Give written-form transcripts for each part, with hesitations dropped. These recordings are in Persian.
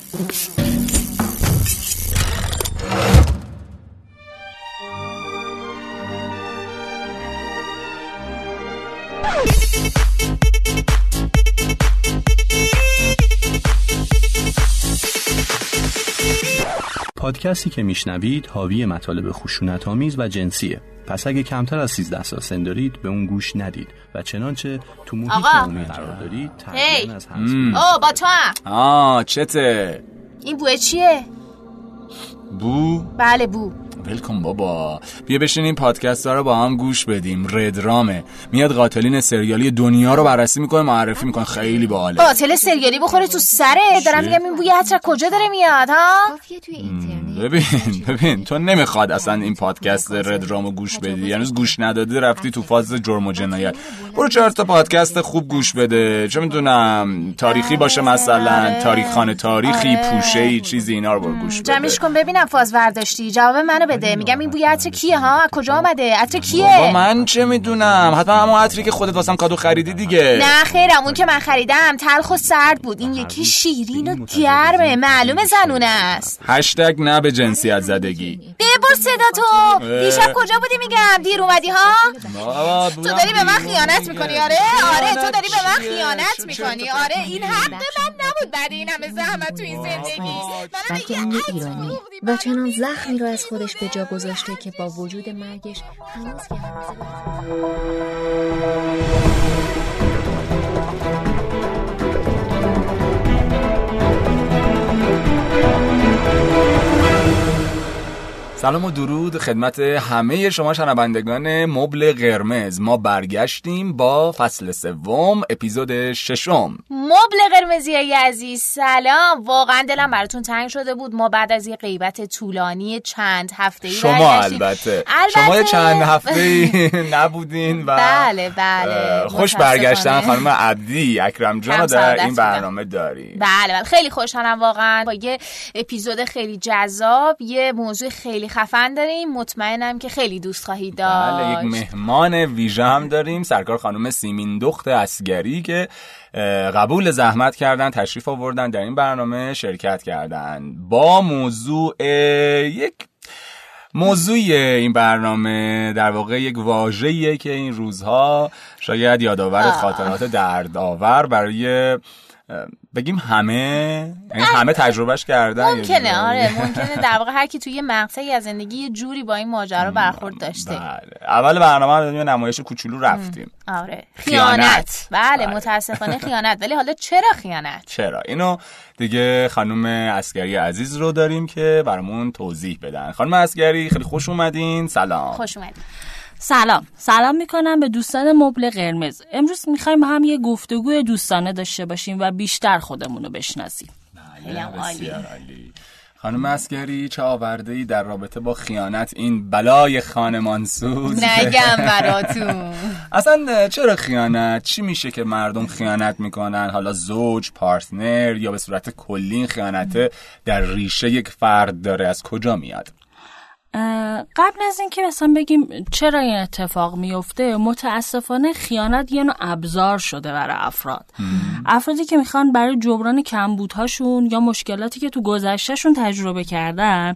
پادکستی که میشنوید حاوی مطالب خشونت‌آمیز و جنسیه. پس اگه کمتر از 13 سال سن دارید به اون گوش ندید و چنانچه تو محیط عمومی قرار دارید تقریباً از همسایه‌ها. با تو هم. چته؟ این بوه چیه؟ بو؟ بله بو. ولکن بابا، بیا بشینیم پادکست ها رو با هم گوش بدیم. ردرامه، میاد قاتلین سریالی دنیا رو بررسی میکنه، معرفی میکنه، خیلی باحاله. قاتل سریالی بخوره تو سره. دارم میگم این بوی عطر کجا داره میاد ها؟ ببین تو نمیخواد اصلا این پادکست ردرامو گوش بدی، یعنی گوش ندادی رفتی تو فاز جرم و جنایت. برو 4 تا پادکست خوب گوش بده، چه میدونم تاریخی باشه مثلا، تاریخ خانه تاریخی، پوشه‌ای، چیزی اینا رو برو گوش بده. جمعش کن ببینم فاز ورداشتی. جواب منو بده. میگم این بوی عطر کیه ها؟ از کجا اومده؟ عطر کیه؟ بابا من چه میدونم، حتما همون عطری که خودت واسم کادو خریدی دیگه. نه خیرم، اون که من خریدم تلخ و سرد بود. این یکی شیرین و گرمه، معلومه زنونه است. هشتگ نه به جنسیت زدگی. ببر صدا تو. دیشب کجا بودی؟ میگم دیر اومدی ها؟ تو داری به من خیانت میکنی. آره تو داری به من خیانت میکنی. آره این حق من نبود بعد این همه زحمت تو این زندگی. بلکه این یه ایرانی و چنان زخمی رو از خودش به جا گذاشته که با وجود مرگش هنوز که سلام و درود خدمت همه شما شنوندگان مبل قرمز. ما برگشتیم با فصل 3 اپیزود 6. مبل قرمزی عزیز سلام. واقعا دلم براتون تنگ شده بود. ما بعد از یه غیبت طولانی چند هفته‌ای شما البته شما چند هفته‌ای نبودین و بله خوش برگشتن خانم عبدی اکرم جان در این برنامه داریم. بله خیلی خوشحالم واقعا با یه اپیزود خیلی جذاب، یه موضوع خیلی خفن داریم. مطمئنم که خیلی دوست خواهید داشت. بله یک مهمان ویژه هم داریم، سرکار خانم سیمین دخت اصگری که قبول زحمت کردن، تشریف آوردن در این برنامه شرکت کردن با موضوعی این برنامه در واقع یک واژه‌ایه که این روزها شاید یادآور خاطرات دردآور برای بگیم همه تجربهش کردن. ممکنه ممکنه در واقع هر کی توی یه مقطعی از زندگی یه جوری با این ماجرا برخورد داشته. بله اول برنامه رو نمایش کوچولو رفتیم. آره خیانت. بله متاسفانه خیانت. ولی حالا چرا خیانت؟ چرا اینو دیگه خانم اصگری عزیز رو داریم که برامون توضیح بدن. خانم اصگری خیلی خوش اومدین. سلام. خوش اومدین. سلام میکنم به دوستان مبل قرمز. امروز میخوایم هم یه گفتگوی دوستانه داشته باشیم و بیشتر خودمون رو بشناسیم. بسیار عالی. خانم اصگری چه آورده‌ای در رابطه با خیانت، این بلای خانمانسوز؟ نگم براتون. اصلا چرا خیانت؟ چی میشه که مردم خیانت میکنن؟ حالا زوج، پارتنر یا به صورت کلی این خیانت در ریشه یک فرد داره، از کجا میاد؟ قبل از این که مثلا بگیم چرا این اتفاق میفته، متاسفانه خیانت یه نوع ابزار شده برای افرادی که میخوان برای جبران کمبودهاشون یا مشکلاتی که تو گذشتهشون تجربه کردن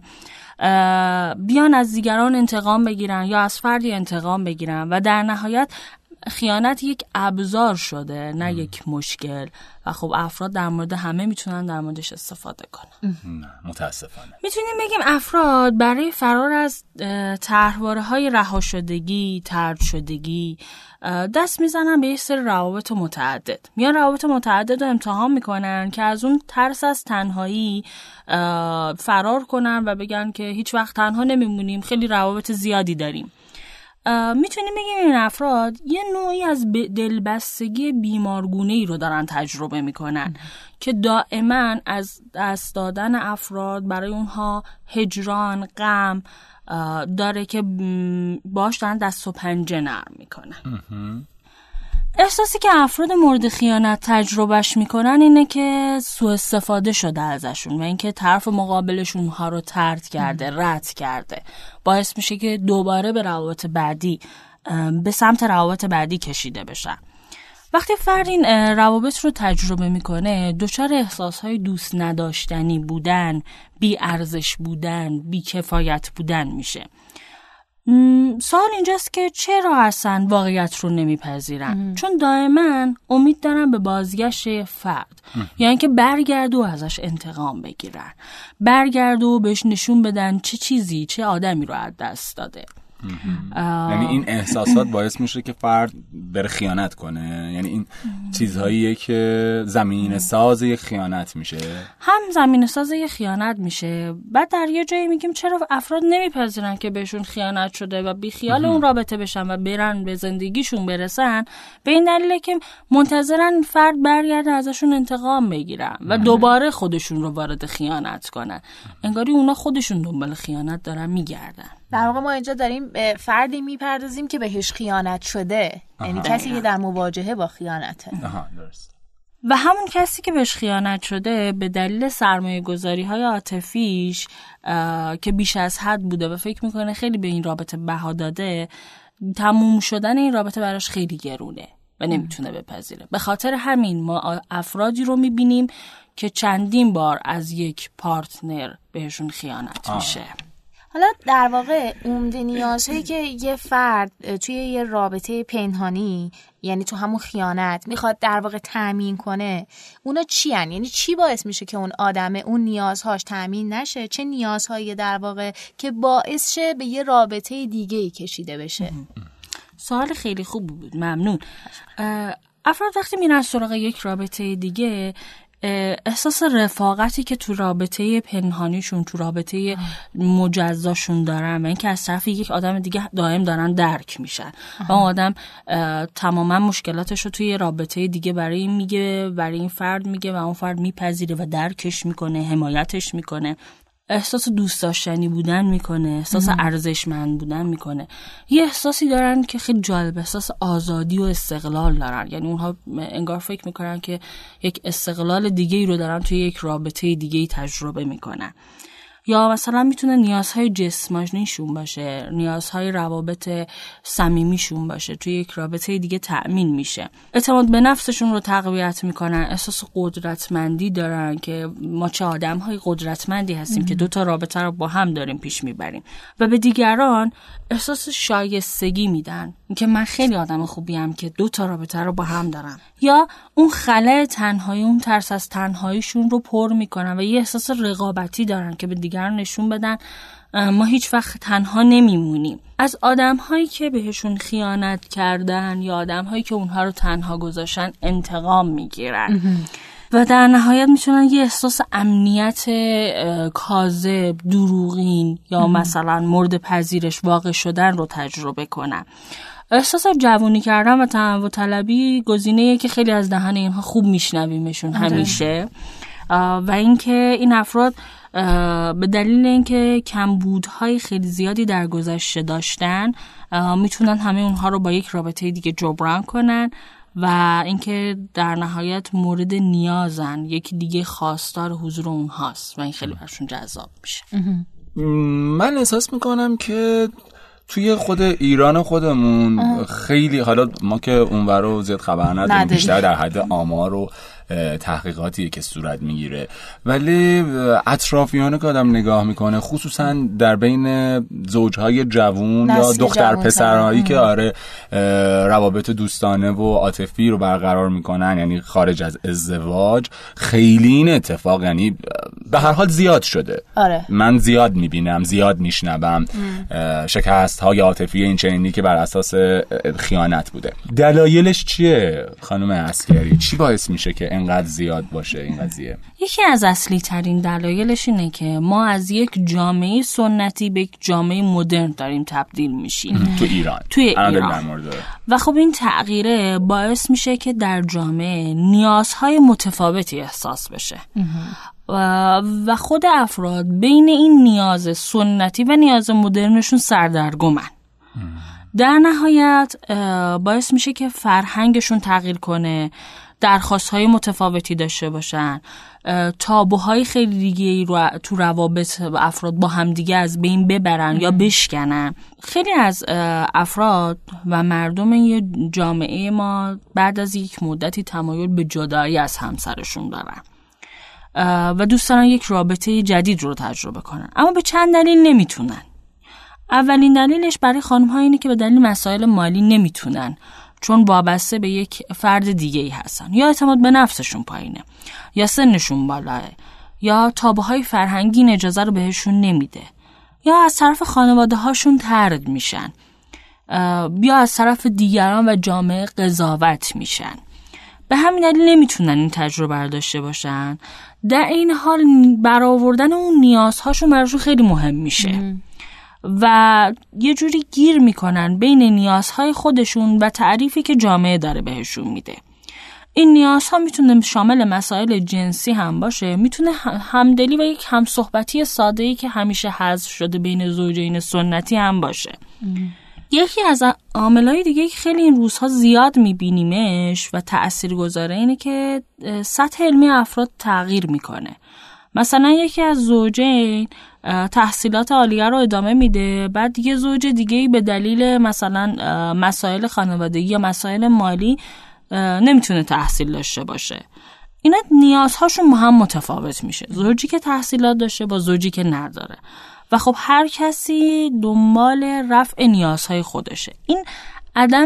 بیان از دیگران انتقام بگیرن یا از فردی انتقام بگیرن و در نهایت خیانت یک ابزار شده نه یک مشکل و خب افراد در مورد همه میتونن در موردش استفاده کنن. متاسفانه میتونیم بگیم افراد برای فرار از طرحواره‌های رها شدگی، طرد شدگی دست میزنن به یک سری روابط متعدد. میان روابط متعدد رو امتحان میکنن که از اون ترس از تنهایی فرار کنن و بگن که هیچ وقت تنها نمیمونیم، خیلی روابط زیادی داریم. میتونیم بگیم این افراد یه نوعی از دلبستگی بیمارگونه‌ای رو دارن تجربه میکنن که دائما از دست دادن افراد برای اونها هجران، غم داره که باش دارن دست و پنجه نرم میکنن. احساسی که افراد مورد خیانت تجربهش میکنن اینه که سوء استفاده شده ازشون و اینکه طرف مقابلشون اونها رو طرد کرده، رد کرده، باعث میشه که دوباره به روابط بعدی، به سمت روابط بعدی کشیده بشن. وقتی فرد این روابط رو تجربه میکنه دچار احساسهای دوست نداشتنی بودن، بی ارزش بودن، بی کفایت بودن میشه. سوال اینجاست که چرا اصلا واقعیت رو نمیپذیرن؟ چون دائما امید دارن به بازگشت فرد، یعنی که برگرد و ازش انتقام بگیرن، برگرد و بهش نشون بدن چه آدمی رو از دست داده. یعنی این احساسات باعث میشه که فرد بره خیانت کنه، یعنی این چیزهاییه که زمینه ساز یک خیانت میشه، هم زمینه ساز یک خیانت میشه. بعد در یه جایی میگیم چرا افراد نمیپذیرن که بهشون خیانت شده و بی خیال اون رابطه بشن و برن به زندگیشون برسن؟ به این دلیله که منتظرن فرد برگرده ازشون انتقام بگیرن و دوباره خودشون رو وارد خیانت کنن، انگاری اونا خودشون دنبال خیانت دارن میگردن. در واقع ما اینجا داریم فردی میپردازیم که بهش خیانت شده، یعنی کسی که در مواجهه با خیانته. درست. و همون کسی که بهش خیانت شده به دلیل سرمایه‌گذاری‌های عاطفیش که بیش از حد بوده و فکر میکنه خیلی به این رابطه بها داده، تموم شدن این رابطه براش خیلی گرونه و نمیتونه بپذیره. به خاطر همین ما افرادی رو میبینیم که چندین بار از یک پارتنر بهشون خیانت میشه. حالا در واقع عمده نیازهایی که یه فرد توی یه رابطه پنهانی، یعنی تو همون خیانت، میخواد در واقع تأمین کنه، اونا چی هن؟ یعنی چی باعث میشه که اون آدمه اون نیازهاش تأمین نشه؟ چه نیازهایی در واقع که باعث شه به یه رابطه دیگه‌ای کشیده بشه؟ سوال خیلی خوب بود، ممنون. افراد وقتی میرن سراغ یک رابطه دیگه احساس رفاقتی که تو رابطه پنهانیشون، تو رابطه مجزاشون دارن و اینکه از طرف یک آدم دیگه دائم دارن درک میشن و اون آدم تماما مشکلاتش رو توی رابطه دیگه برای این فرد میگه و اون فرد میپذیره و درکش میکنه، حمایتش میکنه، احساس دوست داشتنی بودن میکنه، احساس ارزشمند بودن میکنه. یه احساسی دارن که خیلی جالب، احساس آزادی و استقلال دارن، یعنی اونها انگار فکر میکنن که یک استقلال دیگه‌ای رو دارن توی یک رابطه دیگه‌ای تجربه میکنن. یا مثلا میتونه نیازهای جسمانیشون باشه، نیازهای روابط صمیمیشون باشه، توی یک رابطه دیگه تأمین میشه. اعتماد به نفسشون رو تقویت میکنن، احساس قدرتمندی دارن که ما چه آدم‌های قدرتمندی هستیم که 2 رابطه رو با هم داریم پیش میبریم. و به دیگران احساس شایستگی میدن که من خیلی آدم خوبیم که 2 رابطه رو با هم دارم. یا اون خلأ تنهایی، اون ترس از تنهاییشون رو پر میکنن و یه احساس رقابتی دارن که به دیگران نشون بدن ما هیچ وقت تنها نمیمونیم. از آدم‌هایی که بهشون خیانت کردن یا آدم‌هایی که اونها رو تنها گذاشتن انتقام میگیرن و در نهایت میتونن یه احساس امنیت کاذب، دروغین یا مثلا مورد پذیرش واقع شدن رو تجربه کنن. احساس جوونی کردن و تنوع طلبی گزینه‌ایه که خیلی از دهن اینها خوب میشنویمشون همیشه. و اینکه این افراد به دلیل اینکه کمبودهای خیلی زیادی در گذشته داشتن میتونن همه اونها رو با یک رابطه دیگه جبران کنن و اینکه در نهایت مورد نیازن، یکی دیگه خواستار حضور اونهاست و این خیلی برشون جذاب میشه. من احساس میکنم که توی خود ایران خودمون خیلی، حالا ما که اونور رو زیاد خبر نداریم، بیشتر در حد آمار و تحقیقاتیه که صورت میگیره، ولی اطرافیانه که آدم نگاه میکنه خصوصا در بین زوجهای جوون یا دختر پسرهایی که روابط دوستانه و عاطفی رو برقرار میکنن، یعنی خارج از ازدواج، خیلی این اتفاق یعنی به هر حال زیاد شده. من زیاد میبینم، زیاد میشنوم شکست های عاطفی این چنینی که بر اساس خیانت بوده. دلایلش چیه خانم عسکری؟ چی باعث میشه که انقدر زیاد باشه این قضیه؟ یکی از اصلی ترین دلایلش اینه که ما از یک جامعه سنتی به یک جامعه مدرن داریم تبدیل میشیم تو ایران. و خب این تغییره باعث میشه که در جامعه نیازهای متفاوتی احساس بشه و خود افراد بین این نیاز سنتی و نیاز مدرنشون سردرگمن. در نهایت باعث میشه که فرهنگشون تغییر کنه، درخواست‌های متفاوتی داشته باشن، تابوهای خیلی دیگه رو تو روابط افراد با هم دیگه از بین ببرن یا بشکنن. خیلی از افراد و مردم یه جامعه ما بعد از یک مدتی تمایل به جدایی از همسرشون دارن و دوست دارن یک رابطه جدید رو تجربه کنن، اما به چند دلیل نمیتونن. اولین دلیلش برای خانم‌ها اینه که به دلیل مسائل مالی نمیتونن، چون وابسته به یک فرد دیگه‌ای هستن، یا اعتماد به نفسشون پایینه، یا سنشون بالاه، یا تابوهای فرهنگی اجازه رو بهشون نمیده، یا از طرف خانواده هاشون طرد میشن، یا از طرف دیگران و جامعه قضاوت میشن. به همین دلیل نمیتونن این تجربه رو داشته باشن. در این حال برآوردن اون نیازهاشون براشون خیلی مهم میشه و یه جوری گیر میکنن بین نیازهای خودشون و تعریفی که جامعه داره بهشون میده. این نیازها میتونه شامل مسائل جنسی هم باشه، میتونه همدلی و یک همصحبتی ساده‌ای که همیشه حذف شده بین زوجین سنتی هم باشه. یکی از عاملای دیگه که خیلی این روزها زیاد میبینیمش و تاثیرگذاره اینه که سطح علمی افراد تغییر میکنه. مثلا یکی از زوجین تحصیلات عالیه رو ادامه میده، بعد یه زوج دیگه‌ای به دلیل مثلا مسائل خانوادگی یا مسائل مالی نمیتونه تحصیل داشته باشه. اینا نیازهاشون با هم متفاوت میشه، زوجی که تحصیلات داشته با زوجی که نداره، و خب هر کسی دنبال رفع نیازهای خودشه. این عدم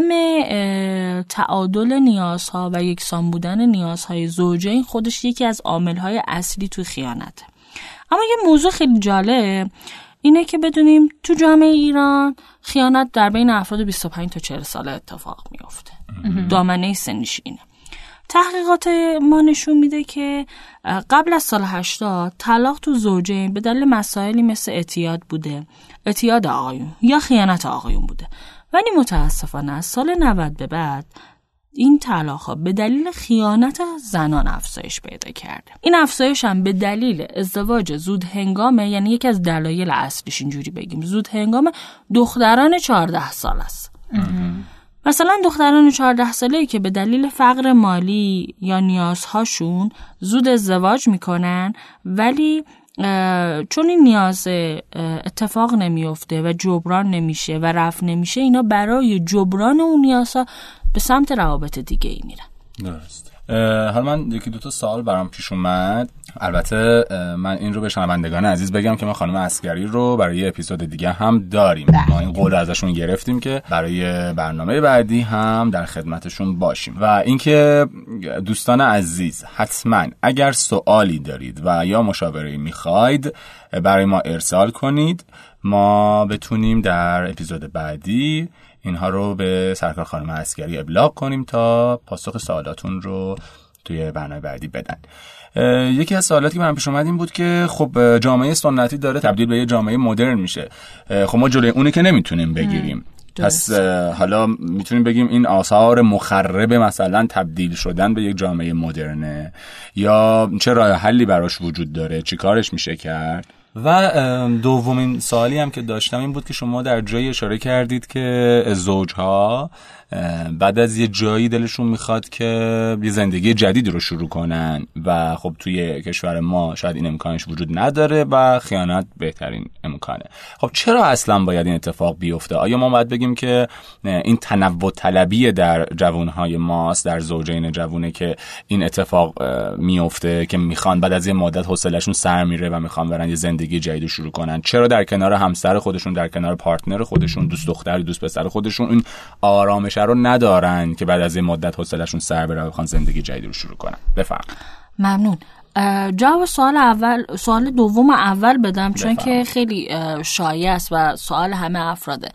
تعادل نیازها و یکسان بودن نیازهای زوجین خودش یکی از عاملهای اصلی تو خیانته. اما یه موضوع خیلی جالب اینه که بدونیم تو جامعه ایران خیانت در بین افراد 25 تا 40 ساله اتفاق میفته. دامنه سنیش اینه. تحقیقات ما نشون میده که قبل از سال 80 طلاق تو زوجین به دلیل مسائلی مثل اعتیاد بوده، اعتیاد آقایون یا خیانت آقایون بوده، ولی متاسفانه از سال 90 به بعد این طلاق‌ها به دلیل خیانت زنان افزایش پیدا کرده. این افزایش هم به دلیل ازدواج زود هنگامه، یعنی یکی از دلایل اصلیش اینجوری بگیم زود هنگام دختران 14 سال است. مثلا دختران 14 ساله‌ای که به دلیل فقر مالی یا نیازهاشون زود ازدواج میکنن، ولی چون این نیاز اتفاق نمیفته و جبران نمیشه و رفع نمیشه، اینا برای جبران اون نیازها به سمت روابط دیگه ای میرن. درست. حالا من یکی دو تا سوال برام پیش اومد. البته من این رو به شنوندگان عزیز بگم که ما خانم عسگری رو برای اپیزود دیگه هم داریم. ما این قول ازشون گرفتیم که برای برنامه بعدی هم در خدمتشون باشیم. و اینکه دوستان عزیز حتما اگر سوالی دارید و یا مشاوره میخواید برای ما ارسال کنید، ما بتونیم در اپیزود بعدی اینها رو به سرکار خانم عسگری ابلاغ کنیم تا پاسخ سوالاتون رو توی برنامه بعدی بدن. یکی از سوالاتی که من پیش اومد این بود که خب جامعه سنتی داره تبدیل به یه جامعه مدرن میشه، خب ما جلوی اونی که نمیتونیم بگیریم. پس حالا میتونیم بگیم این آثار مخرب مثلا تبدیل شدن به یک جامعه مدرنه، یا چه راه حلی براش وجود داره، چی کارش میشه کرد؟ و دومین سوالی هم که داشتم این بود که شما در جایی اشاره کردید که زوجها بعد از یه جایی دلشون میخواد که یه زندگی جدید رو شروع کنن و خب توی کشور ما شاید این امکانش وجود نداره و خیانت بهترین امکانه. خب چرا اصلا باید این اتفاق بیفته؟ آیا ما باید بگیم که این تنوع طلبی در جوانهای ماست، در زوجین جوونه که این اتفاق میفته که میخوان بعد از یه مدت حوصله‌شون سر میره و میخوان برن یه زندگی جدید رو شروع کنن؟ چرا در کنار همسر خودشون، در کنار پارتنر خودشون، دوست دختر، دوست پسر خودشون این آرامش رو ندارن که بعد از این مدت حوصله‌شون سر بره و بخوان زندگی جدیدی رو شروع کنن؟ بفرمایید. ممنون. جواب سوال دوم اول بدم چون که خیلی شایع است و سوال همه افراده.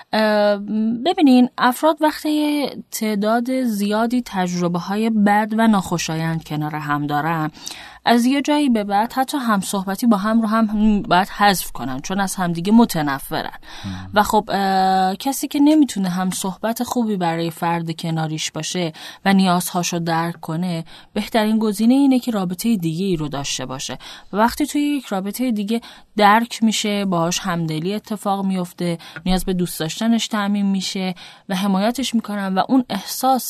ببینین افراد وقتی تعداد زیادی تجربه های بد و ناخوشایند کنار هم دارن، از یه جایی به بعد حتی هم صحبتی با هم رو هم باید حذف کنن، چون از همدیگه متنفرن. و خب کسی که نمیتونه هم صحبت خوبی برای فرد کناریش باشه و نیازهاشو درک کنه، بهترین گزینه اینه که رابطه دیگه ای رو داشته باشه. و وقتی توی یک رابطه دیگه درک میشه، باهاش همدلی اتفاق میفته، نیاز به دوست داشتنش تامین میشه و حمایتش میکنن و اون احساس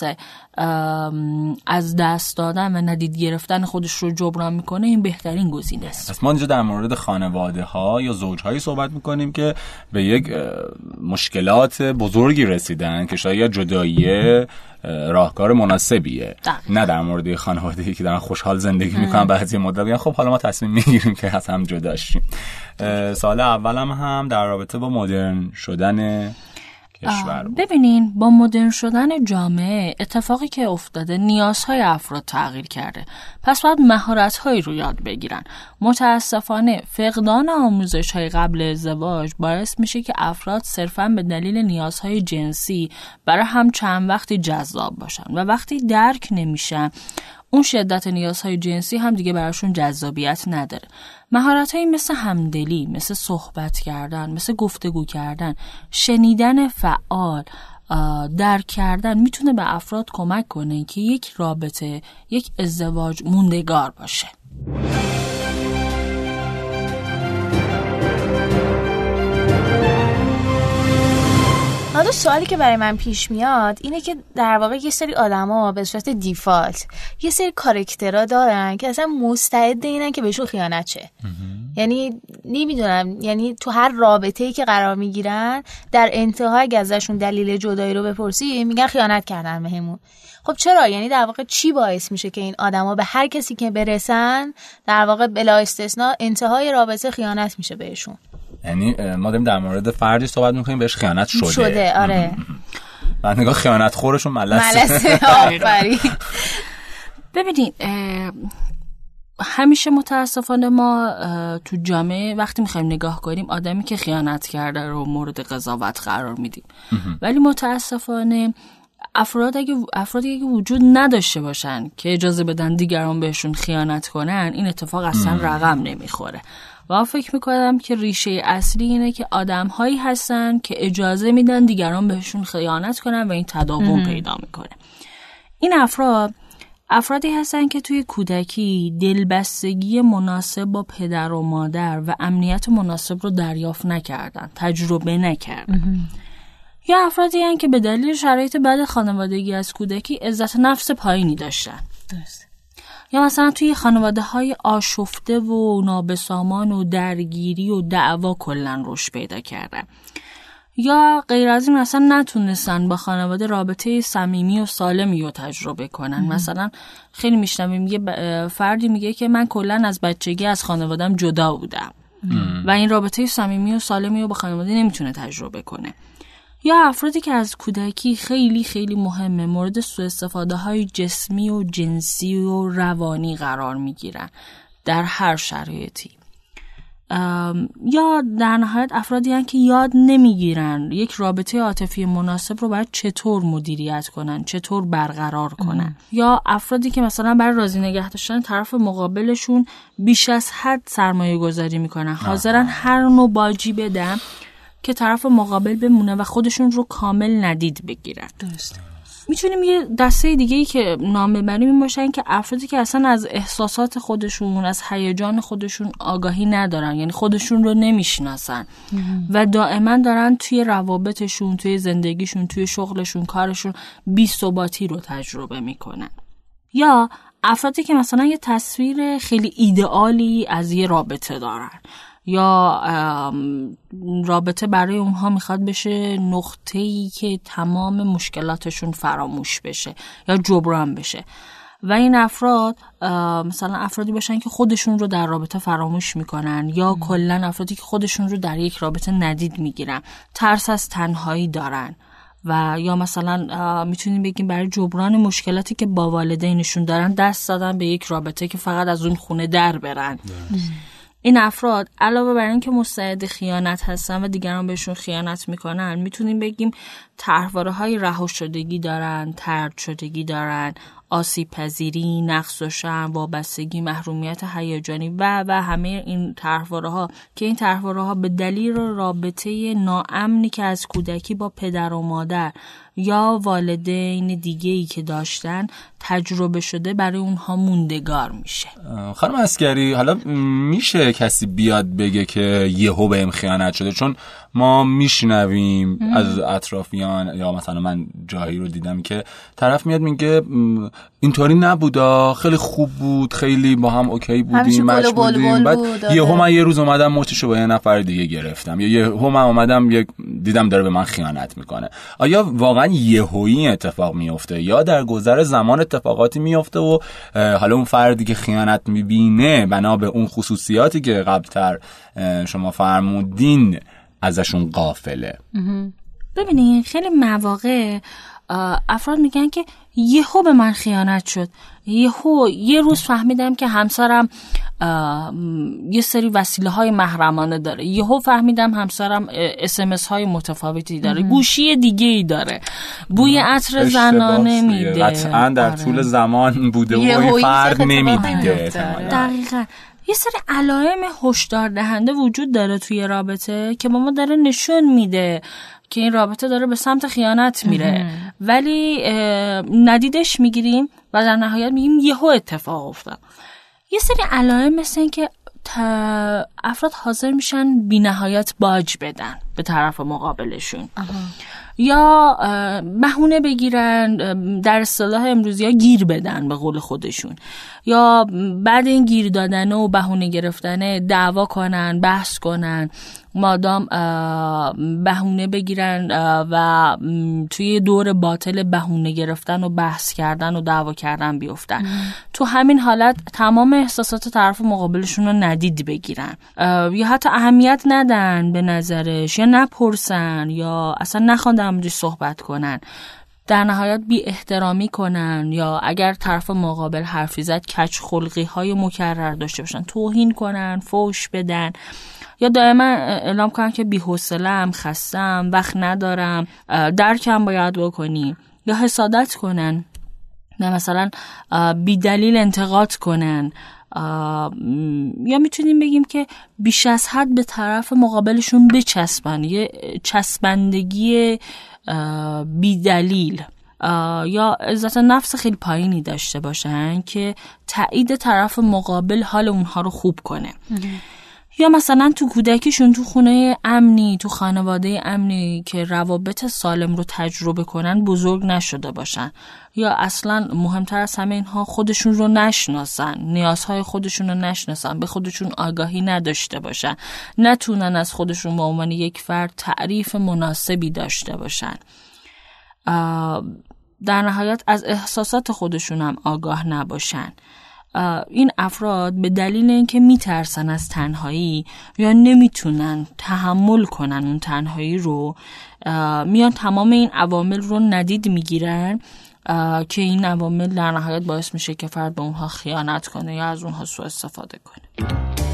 از دست دادن و ندید گرفتن خودش رو جبران میکنه، این بهترین گزینه است. پس ما اینجا در مورد خانواده ها یا زوج هایی صحبت میکنیم که به یک مشکلات بزرگی رسیدن که شاید جدایی راهکار مناسبیه. نه در مورد خانواده‌ای که دارن خوشحال زندگی میکنن بعضی مدت میگن خب حالا ما تصمیم میگیریم که از هم جدا شیم. سال اولم هم در رابطه با مدرن شدن کشور. ببینین با مدرن شدن جامعه اتفاقی که افتاده، نیازهای افراد تغییر کرده، پس باید مهارت‌هایی رو یاد بگیرن. متاسفانه فقدان آموزش‌های قبل ازدواج باعث میشه که افراد صرفاً به دلیل نیازهای جنسی برای هم چند وقتی جذاب باشن و وقتی درک نمیشن، اون شدت نیازهای جنسی هم دیگه براشون جذابیت نداره. مهارت‌هایی مثل همدلی، مثل صحبت کردن، مثل گفتگو کردن، شنیدن فعال، درک کردن میتونه به افراد کمک کنه که یک رابطه، یک ازدواج موندگار باشه. حالا سوالی که برای من پیش میاد اینه که در واقع یه سری آدما به صورت دیفالت یه سری کاراکترها دارن که اصلا مستعد اینن که بهشون خیانت شه. یعنی نمیدونم، یعنی تو هر رابطه‌ای که قرار میگیرن در انتها اگه ازشون دلیل جدایی رو بپرسی میگن خیانت کردن بهمون. خب چرا؟ یعنی در واقع چی باعث میشه که این آدما به هر کسی که برسن در واقع بلا استثناء انتهای رابطه خیانت میشه بهشون؟ یعنی ما داریم در مورد فردی صحبت میکنیم بهش خیانت شده. آره. بعد نگاه خیانت خورشون ملسه. آفرین. ببینید همیشه متاسفانه ما تو جامعه وقتی میخوایم نگاه کنیم آدمی که خیانت کرده رو مورد قضاوت قرار میدیم، ولی متاسفانه افرادی که وجود نداشته باشن که اجازه بدن دیگران بهشون خیانت کنن، این اتفاق اصلا رقم نمیخوره. و فکر میکنم که ریشه اصلی اینه که آدم هایی هستن که اجازه میدن دیگران بهشون خیانت کنن و این تداوم پیدا میکنه. این افرادی هستن که توی کودکی دلبستگی مناسب با پدر و مادر و امنیت مناسب رو دریافت نکردن، تجربه نکردن. یا افرادی هستن که به دلیل شرایط بد خانوادگی از کودکی عزت نفس پایینی داشتن. درست. یا مثلا توی خانواده های آشفته و نابسامان و درگیری و دعوا کلن رشد پیدا کردن. یا غیر از این مثلا نتونستن با خانواده رابطه صمیمی و سالمی رو تجربه کنن. مثلا خیلی میشنویم یه فردی میگه که من کلن از بچگی از خانوادم جدا بودم و این رابطه صمیمی و سالمی رو با خانواده نمیتونه تجربه کنه. یا افرادی که از کودکی خیلی خیلی مهمه مورد سوء استفاده های جسمی و جنسی و روانی قرار میگیرن در هر شرایطی. یا در نهایت افرادی هستند که یاد نمیگیرن یک رابطه عاطفی مناسب رو باید چطور مدیریت کنن، چطور برقرار کنن. یا افرادی که مثلا برای راضی نگه داشتن طرف مقابلشون بیش از حد سرمایه گذاری میکنن، حاضرن هر نوع باجی بدن که طرف مقابل بمونه و خودشون رو کامل ندید بگیرن. درسته. میتونیم یه دسته دیگه‌ای که نام ببریم این باشن که افرادی که اصلا از احساسات خودشون، از هیجان خودشون آگاهی ندارن، یعنی خودشون رو نمیشناسن و دائما دارن توی روابطشون، توی زندگیشون، توی شغلشون، کارشون بی‌ثباتی رو تجربه میکنن. یا افرادی که مثلا یه تصویر خیلی ایدئالی از یه رابطه دارن یا رابطه برای اونها میخواد بشه نقطه‌ای که تمام مشکلاتشون فراموش بشه یا جبران بشه و این افراد مثلا افرادی باشن که خودشون رو در رابطه فراموش میکنن یا کلن افرادی که خودشون رو در یک رابطه ندید میگیرن، ترس از تنهایی دارن و یا مثلا میتونیم بگیم برای جبران مشکلاتی که با والدینشون دارن دست دادن به یک رابطه که فقط از اون خونه در برن. این افراد علاوه بر این که مستعد خیانت هستن و دیگران بهشون خیانت میکنن، میتونیم بگیم طرحواره‌های رها شدگی دارن، طرد شدگی دارن، آسیب پذیری، نقص و شرم، وابستگی، محرومیت هیجانی و همه این طرحواره‌ها که این طرحواره‌ها به دلیل رابطه ناامنی که از کودکی با پدر و مادر یا والدین دیگه‌ای که داشتن تجربه شده برای اونها موندگار میشه. خانم عسگری، حالا میشه کسی بیاد بگه که یهو بهم خیانت شده؟ چون ما میشنویم از اطرافیان یا مثلا من جایی رو دیدم که طرف میاد میگه اینطوری نبودا، خیلی خوب بود، خیلی با هم اوکی بودیم، مچ بودیم، بعد یهو من یه روز اومدم مچشو با یه نفر دیگه گرفتم یا یهو من اومدم دیدم داره به من خیانت میکنه. آیا واقعا یهویی اتفاق میفته یا در گذر زمان اتفاقاتی میفته و حالا اون فردی که خیانت میبینه بنا به اون خصوصیاتی که قبلتر شما فرمودین ازشون غافله؟ ببینین خیلی مواقع افراد میگن که یهو به من خیانت شد، یه روز فهمیدم که همسرم یه سری وسیله های محرمانه داره، یهو فهمیدم همسرم SMS های متفاوتی داره، گوشی دیگه ای داره، بوی عطر زنانه میده. قطعا در طول زمان بوده و این فرد نمیدیده. دقیقاً یه سری علائم هشدار دهنده وجود داره توی رابطه که با ما داره نشون میده که این رابطه داره به سمت خیانت میره، ولی ندیدش میگیریم و در نهایت میگیم یهو اتفاق افتاد. یه سری علائم مثل این که افراد حاضر میشن بی نهایت باج بدن به طرف مقابلشون یا بهونه بگیرن، در اصطلاح امروزی ها گیر بدن به قول خودشون، یا بعد این گیر دادن و بهونه گرفتن دعوا کنن، بحث کنن، مادام بهونه بگیرن و توی دور باطل بهونه گرفتن و بحث کردن و دعوا کردن بیفتن. تو همین حالت تمام احساسات طرف مقابلشون رو ندید بگیرن یا حتی اهمیت ندن به نظرش یا نپرسن یا اصلا نخوان در موردش صحبت کنن، در نهایت بی احترامی کنن یا اگر طرف مقابل حرفی زد کج خلقی های مکرر داشته باشن، توهین کنن، فحش بدن یا دائما اعلام کنن که بی‌حوصله‌ام، خسته‌ام، وقت ندارم، درکم باید بکنی، یا حسادت کنن، نه مثلا بی دلیل انتقاد کنن، یا میتونیم بگیم که بیش از حد به طرف مقابلشون بچسبن، یه چسبندگی بی دلیل یا عزت نفس خیلی پایینی داشته باشن که تایید طرف مقابل حال اونها رو خوب کنه. یا مثلا تو کودکیشون تو خونه امنی، تو خانواده امنی که روابط سالم رو تجربه کنن بزرگ نشده باشن، یا اصلا مهمتر از همه اینها خودشون رو نشناسن، نیازهای خودشون رو نشناسن، به خودشون آگاهی نداشته باشن، نتونن از خودشون به عنوان یک فرد تعریف مناسبی داشته باشن، در نهایت از احساسات خودشون هم آگاه نباشن. این افراد به دلیل اینکه میترسن از تنهایی یا نمیتونن تحمل کنن اون تنهایی رو، میان تمام این عوامل رو ندید میگیرن که این عوامل در نهایت باعث میشه که فرد به اونها خیانت کنه یا از اونها سوء استفاده کنه.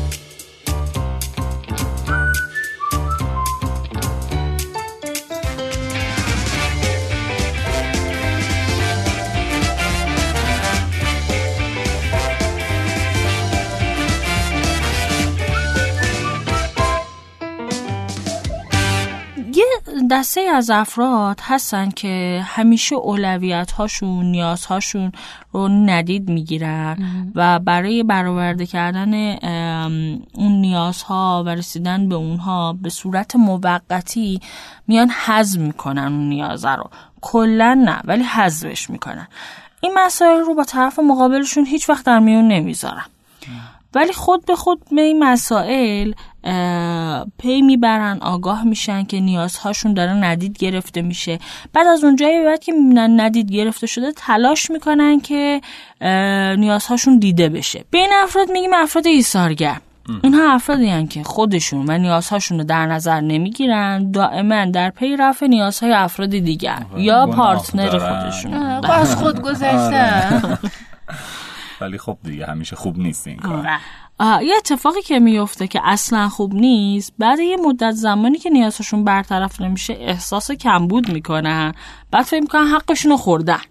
دسته از افراد هستن که همیشه اولویت هاشون، نیاز هاشون رو ندید میگیرن و برای برآورده کردن اون نیازها و رسیدن به اونها به صورت موقتی میان حذف میکنن اون نیاز رو، کلا نه ولی حذفش میکنن. این مسائل رو با طرف مقابلشون هیچ وقت در میون نمیذارن، ولی خود به خود به این مسائل پی میبرن، آگاه میشن که نیازهاشون داره ندید گرفته میشه. بعد از اونجایی بعد که میبینن ندید گرفته شده تلاش میکنن که نیازهاشون دیده بشه. به این افراد میگیم افراد ایثارگر. اینها افرادی هستند که خودشون و نیازهاشون رو در نظر نمیگیرن، دائما در پی رفع نیازهای افراد دیگر یا پارتنر خودشون. از خود گذشته. ولی خب دیگه همیشه خوب نیست این کار. یه اتفاقی که میفته که اصلا خوب نیست، بعد یه مدت زمانی که نیازشون برطرف نمیشه احساس کمبود میکنن، بعد فکر میکنن حقشون رو خوردن.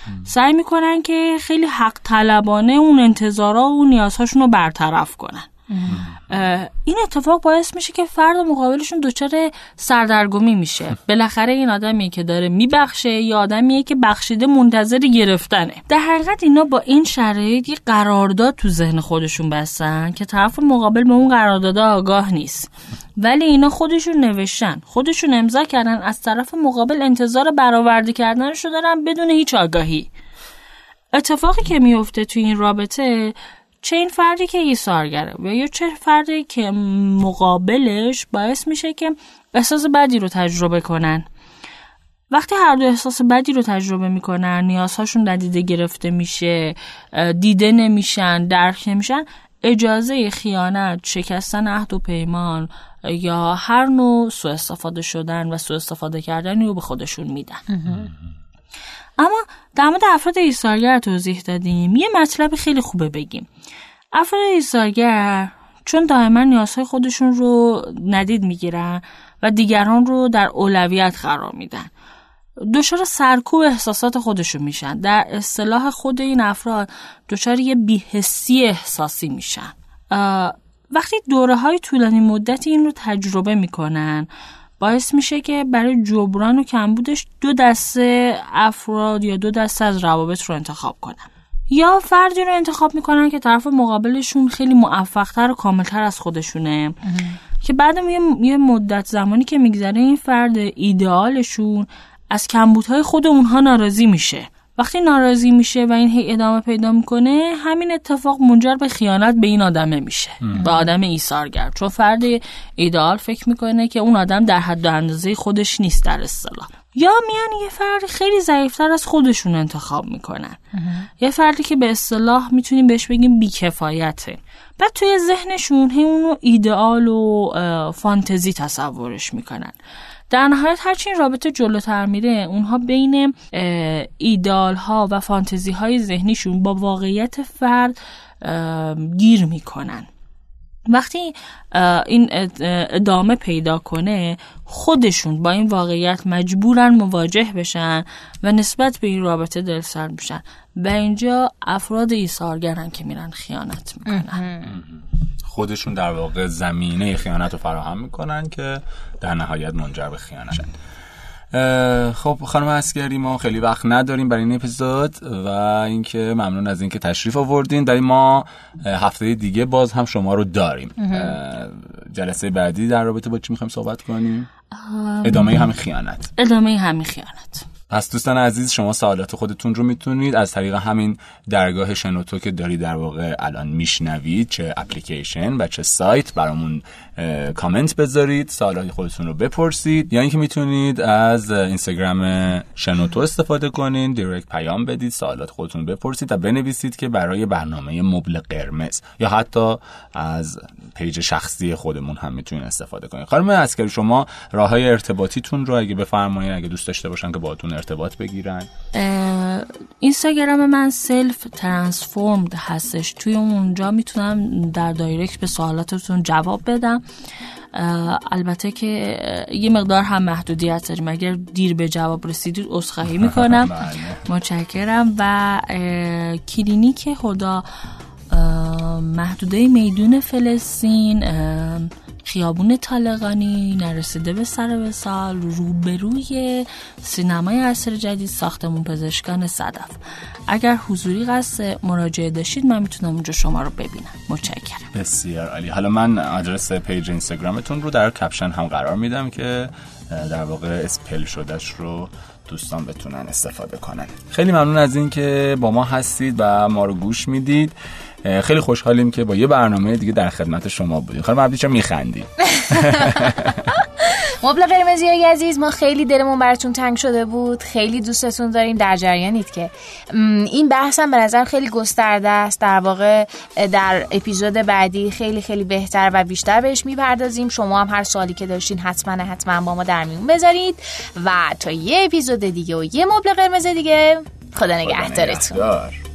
سعی میکنن که خیلی حق طلبانه اون انتظارا و نیازهاشون رو برطرف کنن. این اتفاق باعث میشه که فرد مقابلشون دچار سردرگمی میشه. بالاخره این آدمیه که داره میبخشه یا آدمیه که بخشیده منتظر گرفتنه. در حقیقت اینا با این شرایط یه قرارداد تو ذهن خودشون بستن که طرف مقابل به اون قرارداد آگاه نیست، ولی اینا خودشون نوشتن، خودشون امضا کردن، از طرف مقابل انتظار برآورده کردنشو دارن بدون هیچ آگاهی. اتفاقی که میفته تو این رابطه، چه این فردی که ایثارگره و یا چه فردی که مقابلش باعث میشه که احساس بدی رو تجربه کنن. وقتی هر دو احساس بدی رو تجربه میکنن، نیازهاشون ندیده گرفته میشه، دیده نمیشن، درک نمیشن، اجازه خیانت، شکستن عهد و پیمان یا هر نوع سوء استفاده شدن و سوء استفاده کردنی رو به خودشون میدن. اما در مورد افراد ایثارگر توضیح دادیم. یه مطلب خیلی خوبه بگیم. افراد ایثارگر چون دائما نیازهای خودشون رو ندید میگیرن و دیگران رو در اولویت قرار میدن، دچار سرکوب احساسات خودشون میشن. در اصطلاح خود این افراد دچار یه بی‌حسی احساسی میشن. وقتی دوره‌های طولانی مدتی این رو تجربه میکنن، باعث میشه که برای جبران و کمبودش دو دسته افراد یا دو دسته از روابط رو انتخاب کنن. یا فردی رو انتخاب میکنن که طرف مقابلشون خیلی موفق‌تر و کاملتر از خودشونه که بعد یه مدت زمانی که میگذره این فرد ایدئالشون از کمبودهای خود اونها ناراضی میشه. وقتی ناراضی میشه و این هی ادامه پیدا میکنه، همین اتفاق منجر به خیانت به این آدمه میشه، به آدم ایثارگر. چون فرد ایدئال فکر میکنه که اون آدم در حد و اندازه خودش نیست در اصطلاح. یا میان یه فرد خیلی ضعیفتر از خودشون انتخاب میکنن، یه فردی که به اصطلاح میتونیم بهش بگیم بی‌کفایته. بعد توی ذهنشون هی اونو ایدئال و فانتزی تصورش میکنن. در نهایت هرچی این رابطه جلوتر میره، اونها بین ایدئال ها و فانتزی های ذهنیشون با واقعیت فرد گیر میکنن. وقتی این ادامه پیدا کنه، خودشون با این واقعیت مجبورن مواجه بشن و نسبت به این رابطه دلسرد میشن و اینجا افراد ایثارگرن که میرن خیانت میکنن. خودشون در واقع زمینه خیانت رو فراهم میکنن که در نهایت منجر به خیانت شن. خب خانم عسگری، ما خیلی وقت نداریم برای این اپیزود و اینکه ممنون از اینکه تشریف آوردین. برای ما هفته دیگه باز هم شما رو داریم. جلسه بعدی در رابطه با چی میخوایم صحبت کنیم؟ ادامه همین خیانت. پس دوستان عزیز، شما سوالات خودتون رو میتونید از طریق همین درگاه شنوتو که داری در واقع الان میشنوید، چه اپلیکیشن و چه سایت، برامون کامنت بذارید، سوالات خودتون رو بپرسید، یا اینکه میتونید از اینستاگرام شنوتو استفاده کنین، دایرکت پیام بدید، سوالات خودتون رو بپرسید و بنویسید که برای برنامه مبل قرمز، یا حتی از پیج شخصی خودمون هم میتونید استفاده کنید. خانم عسگری، شما راههای ارتباطیتون رو اگه بفرمایید، اگه دوست داشته باشن که باهاتون ارتباط بگیرن. اینستاگرام من سلف ترانسفورمد هستش، توی اونجا میتونم در دایرکت به سوالاتتون جواب بدم. البته که یه مقدار هم محدودیت داریم، اگر دیر به جواب رسیدید عذرخواهی میکنم. متشکرم. و کلینیک خدا محدوده میدون فلسطین، خیابون طالقانی، نرسیده به سر وصال، روبروی سینمای عصر جدید، ساختمون پزشکان صدف. اگر حضوری قصد مراجعه داشتید، من میتونم اونجا شما رو ببینم. متشکرم. بسیار عالی. حالا من آدرس پیج اینستاگرامتون رو در کپشن هم قرار میدم که در واقع اسپل شدهش رو دوستان بتونن استفاده کنن. خیلی ممنون از این که با ما هستید و ما رو گوش میدید. خیلی خوشحالیم که با یه برنامه دیگه در خدمت شما بودیم. خانم عبدی چرا میخندی؟ مبل قرمزی عزیز، ما خیلی دلمون براتون تنگ شده بود، خیلی دوستتون داریم، در جریانید که این بحثم به نظر خیلی گسترده است. در واقع در اپیزود بعدی خیلی خیلی بهتر و بیشتر بهش میپردازیم. شما هم هر سوالی که داشتین حتما با ما در میون بذارید و تا یه اپیزود دیگه و یه مبل قرمز دیگه، خدا نگهدارتون.